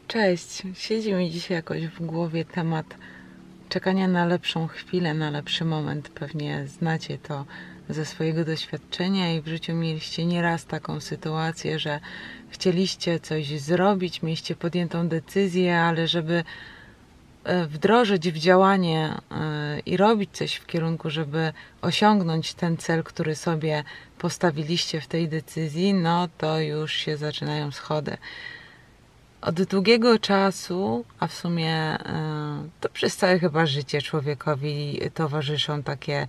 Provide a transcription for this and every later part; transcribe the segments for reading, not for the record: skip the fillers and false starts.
Cześć, siedzi mi dzisiaj jakoś w głowie temat czekania na lepszą chwilę, na lepszy moment. Pewnie znacie to ze swojego doświadczenia i w życiu mieliście nieraz taką sytuację, że chcieliście coś zrobić, mieliście podjętą decyzję, ale żeby wdrożyć w działanie i robić coś w kierunku, żeby osiągnąć ten cel, który sobie postawiliście w tej decyzji, no to już się zaczynają schody. Od długiego czasu, a w sumie to przez całe chyba życie człowiekowi towarzyszą takie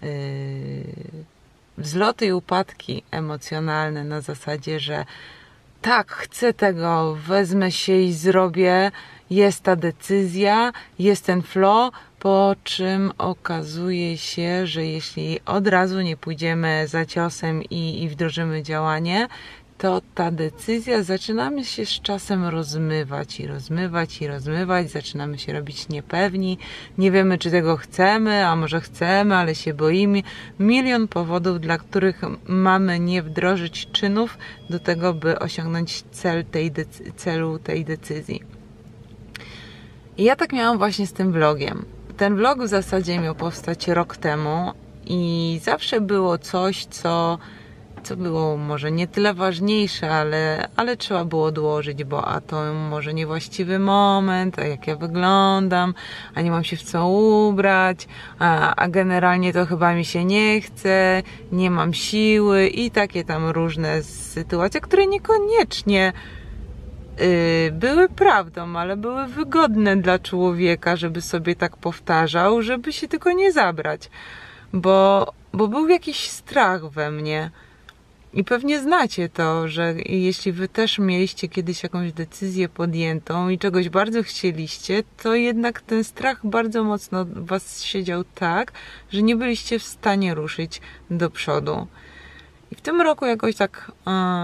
wzloty i upadki emocjonalne na zasadzie, że tak, chcę tego, wezmę się i zrobię, jest ta decyzja, jest ten flow, po czym okazuje się, że jeśli od razu nie pójdziemy za ciosem i wdrożymy działanie, to ta decyzja zaczynamy się z czasem rozmywać, zaczynamy się robić niepewni, nie wiemy, czy tego chcemy, a może chcemy, ale się boimy. Milion powodów, dla których mamy nie wdrożyć czynów do tego, by osiągnąć celu tej decyzji. I ja tak miałam właśnie z tym vlogiem. Ten vlog w zasadzie miał powstać rok temu i zawsze było coś, co było może nie tyle ważniejsze, ale trzeba było odłożyć, bo a to może niewłaściwy moment, a jak ja wyglądam, a nie mam się w co ubrać, a generalnie to chyba mi się nie chce, nie mam siły i takie tam różne sytuacje, które niekoniecznie były prawdą, ale były wygodne dla człowieka, żeby sobie tak powtarzał, żeby się tylko nie zabrać, bo był jakiś strach we mnie. I pewnie znacie to, że jeśli wy też mieliście kiedyś jakąś decyzję podjętą i czegoś bardzo chcieliście, to jednak ten strach bardzo mocno w was siedział tak, że nie byliście w stanie ruszyć do przodu. I w tym roku jakoś tak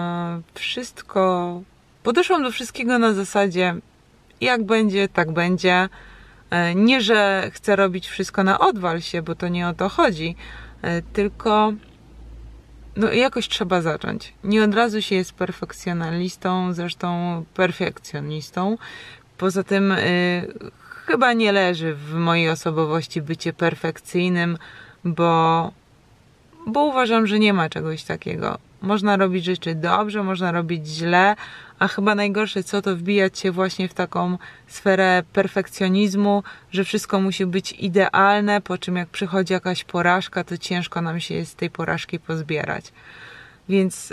podeszłam do wszystkiego na zasadzie jak będzie, tak będzie. Nie, że chcę robić wszystko na odwal się, bo to nie o to chodzi, tylko jakoś trzeba zacząć. Nie od razu się jest perfekcjonalistą, zresztą perfekcjonistą. Poza tym chyba nie leży w mojej osobowości bycie perfekcyjnym, bo uważam, że nie ma czegoś takiego. Można robić rzeczy dobrze, można robić źle, a chyba najgorsze to wbijać się właśnie w taką sferę perfekcjonizmu, że wszystko musi być idealne, po czym jak przychodzi jakaś porażka, to ciężko nam się z tej porażki pozbierać. Więc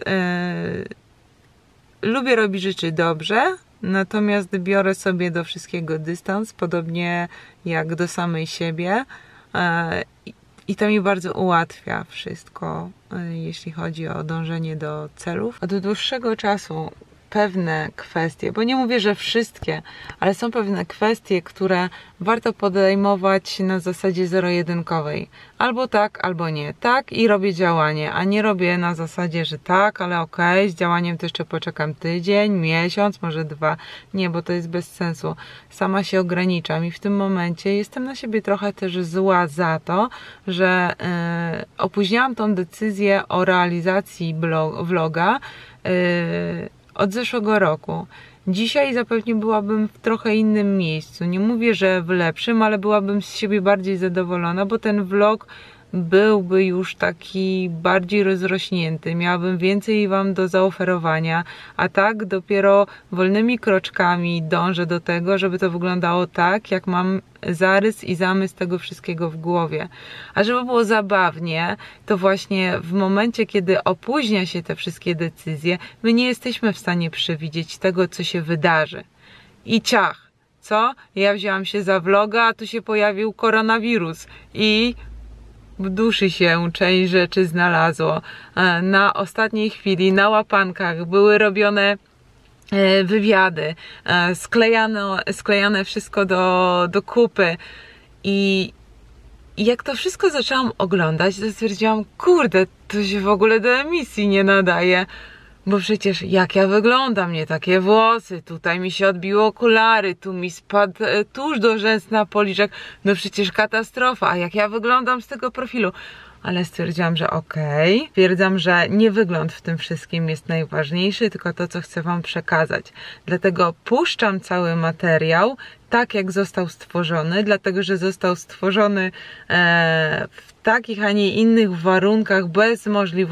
lubię robić rzeczy dobrze, natomiast biorę sobie do wszystkiego dystans, podobnie jak do samej siebie. I to mi bardzo ułatwia wszystko, jeśli chodzi o dążenie do celów. Od dłuższego czasu pewne kwestie, bo nie mówię, że wszystkie, ale są pewne kwestie, które warto podejmować na zasadzie zero-jedynkowej. Albo tak, albo nie. Tak i robię działanie, a nie robię na zasadzie, że tak, ale okej, z działaniem to jeszcze poczekam tydzień, miesiąc, może 2. Nie, bo to jest bez sensu. Sama się ograniczam i w tym momencie jestem na siebie trochę też zła za to, że opóźniałam tą decyzję o realizacji vloga od zeszłego roku. Dzisiaj zapewne byłabym w trochę innym miejscu. Nie mówię, że w lepszym, ale byłabym z siebie bardziej zadowolona, bo ten vlog byłby już taki bardziej rozrośnięty. Miałabym więcej wam do zaoferowania, a tak dopiero wolnymi kroczkami dążę do tego, żeby to wyglądało tak, jak mam zarys i zamysł tego wszystkiego w głowie. A żeby było zabawnie, to właśnie w momencie, kiedy opóźnia się te wszystkie decyzje, my nie jesteśmy w stanie przewidzieć tego, co się wydarzy. I ciach, co? Ja wzięłam się za vloga, a tu się pojawił koronawirus i w duszy się część rzeczy znalazło. Na ostatniej chwili, na łapankach były robione wywiady, sklejane wszystko do kupy i jak to wszystko zaczęłam oglądać, to stwierdziłam, kurde, to się w ogóle do emisji nie nadaje, bo przecież jak ja wyglądam, nie takie włosy, tutaj mi się odbiły okulary, tu mi spadł tusz do rzęs na policzek, no przecież katastrofa, a jak ja wyglądam z tego profilu. ale stwierdziłam, że okej. Stwierdzam, że nie wygląd w tym wszystkim jest najważniejszy, tylko to, co chcę Wam przekazać. Dlatego puszczam cały materiał tak, jak został stworzony, dlatego, że został stworzony w takich, a nie innych warunkach, bez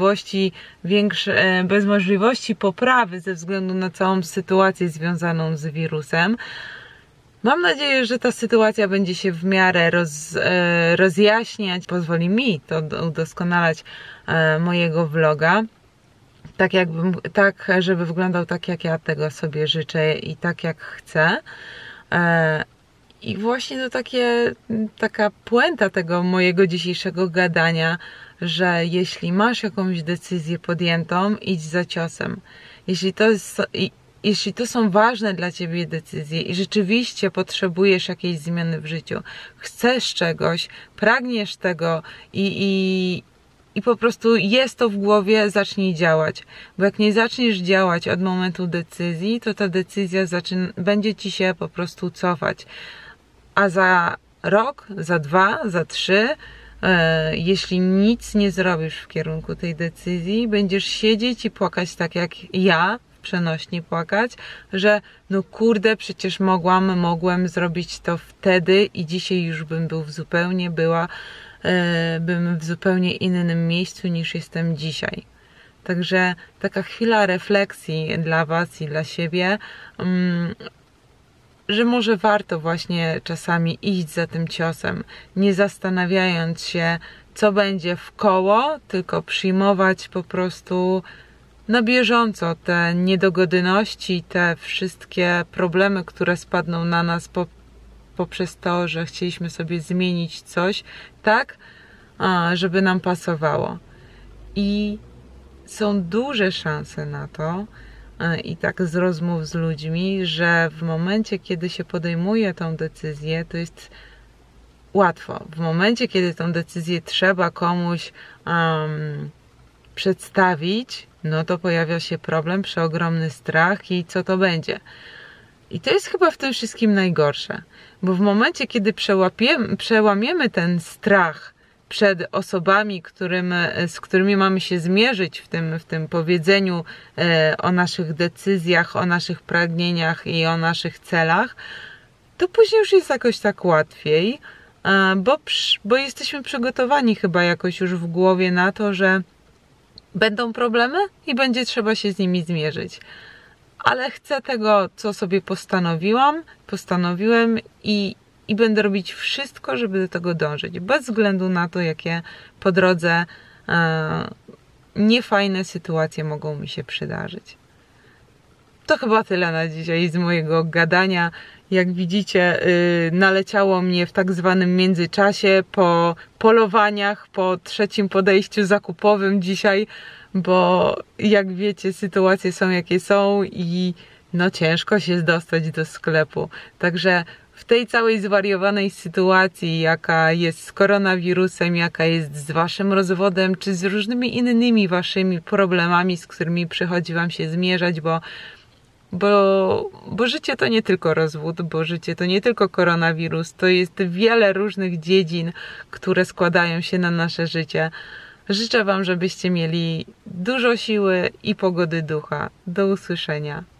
możliwości poprawy ze względu na całą sytuację związaną z wirusem. Mam nadzieję, że ta sytuacja będzie się w miarę rozjaśniać, pozwoli mi to udoskonalać mojego vloga, tak, żeby wyglądał tak, jak ja tego sobie życzę i tak, jak chcę. I właśnie to taka puenta tego mojego dzisiejszego gadania, że jeśli masz jakąś decyzję podjętą, idź za ciosem. Jeśli to są ważne dla Ciebie decyzje i rzeczywiście potrzebujesz jakiejś zmiany w życiu, chcesz czegoś, pragniesz tego i po prostu jest to w głowie, zacznij działać. Bo jak nie zaczniesz działać od momentu decyzji, to ta decyzja będzie Ci się po prostu cofać. A za rok, za 2, za 3, jeśli nic nie zrobisz w kierunku tej decyzji, będziesz siedzieć i płakać tak jak ja, przenośni płakać, że no kurde, przecież mogłem zrobić to wtedy i dzisiaj już bym bym w zupełnie innym miejscu niż jestem dzisiaj. Także taka chwila refleksji dla Was i dla siebie, że może warto właśnie czasami iść za tym ciosem, nie zastanawiając się, co będzie w koło, tylko przyjmować po prostu na bieżąco te niedogodności, te wszystkie problemy, które spadną na nas poprzez to, że chcieliśmy sobie zmienić coś tak, żeby nam pasowało. I są duże szanse na to, i tak z rozmów z ludźmi, że w momencie, kiedy się podejmuje tą decyzję, to jest łatwo. W momencie, kiedy tą decyzję trzeba komuś przedstawić, no to pojawia się problem, przeogromny strach i co to będzie. I to jest chyba w tym wszystkim najgorsze, bo w momencie, kiedy przełamiemy ten strach przed osobami, z którymi mamy się zmierzyć w tym powiedzeniu o naszych decyzjach, o naszych pragnieniach i o naszych celach, to później już jest jakoś tak łatwiej, bo jesteśmy przygotowani chyba jakoś już w głowie na to, że będą problemy i będzie trzeba się z nimi zmierzyć. Ale chcę tego, co sobie postanowiłem i będę robić wszystko, żeby do tego dążyć. Bez względu na to, jakie po drodze niefajne sytuacje mogą mi się przydarzyć. To chyba tyle na dzisiaj z mojego gadania. Jak widzicie, naleciało mnie w tak zwanym międzyczasie po polowaniach, po trzecim podejściu zakupowym dzisiaj, bo jak wiecie, sytuacje są jakie są i no ciężko się dostać do sklepu. Także w tej całej zwariowanej sytuacji, jaka jest z koronawirusem, jaka jest z Waszym rozwodem, czy z różnymi innymi Waszymi problemami, z którymi przychodzi Wam się zmierzać, bo życie to nie tylko rozwód, bo życie to nie tylko koronawirus, to jest wiele różnych dziedzin, które składają się na nasze życie. Życzę Wam, żebyście mieli dużo siły i pogody ducha. Do usłyszenia.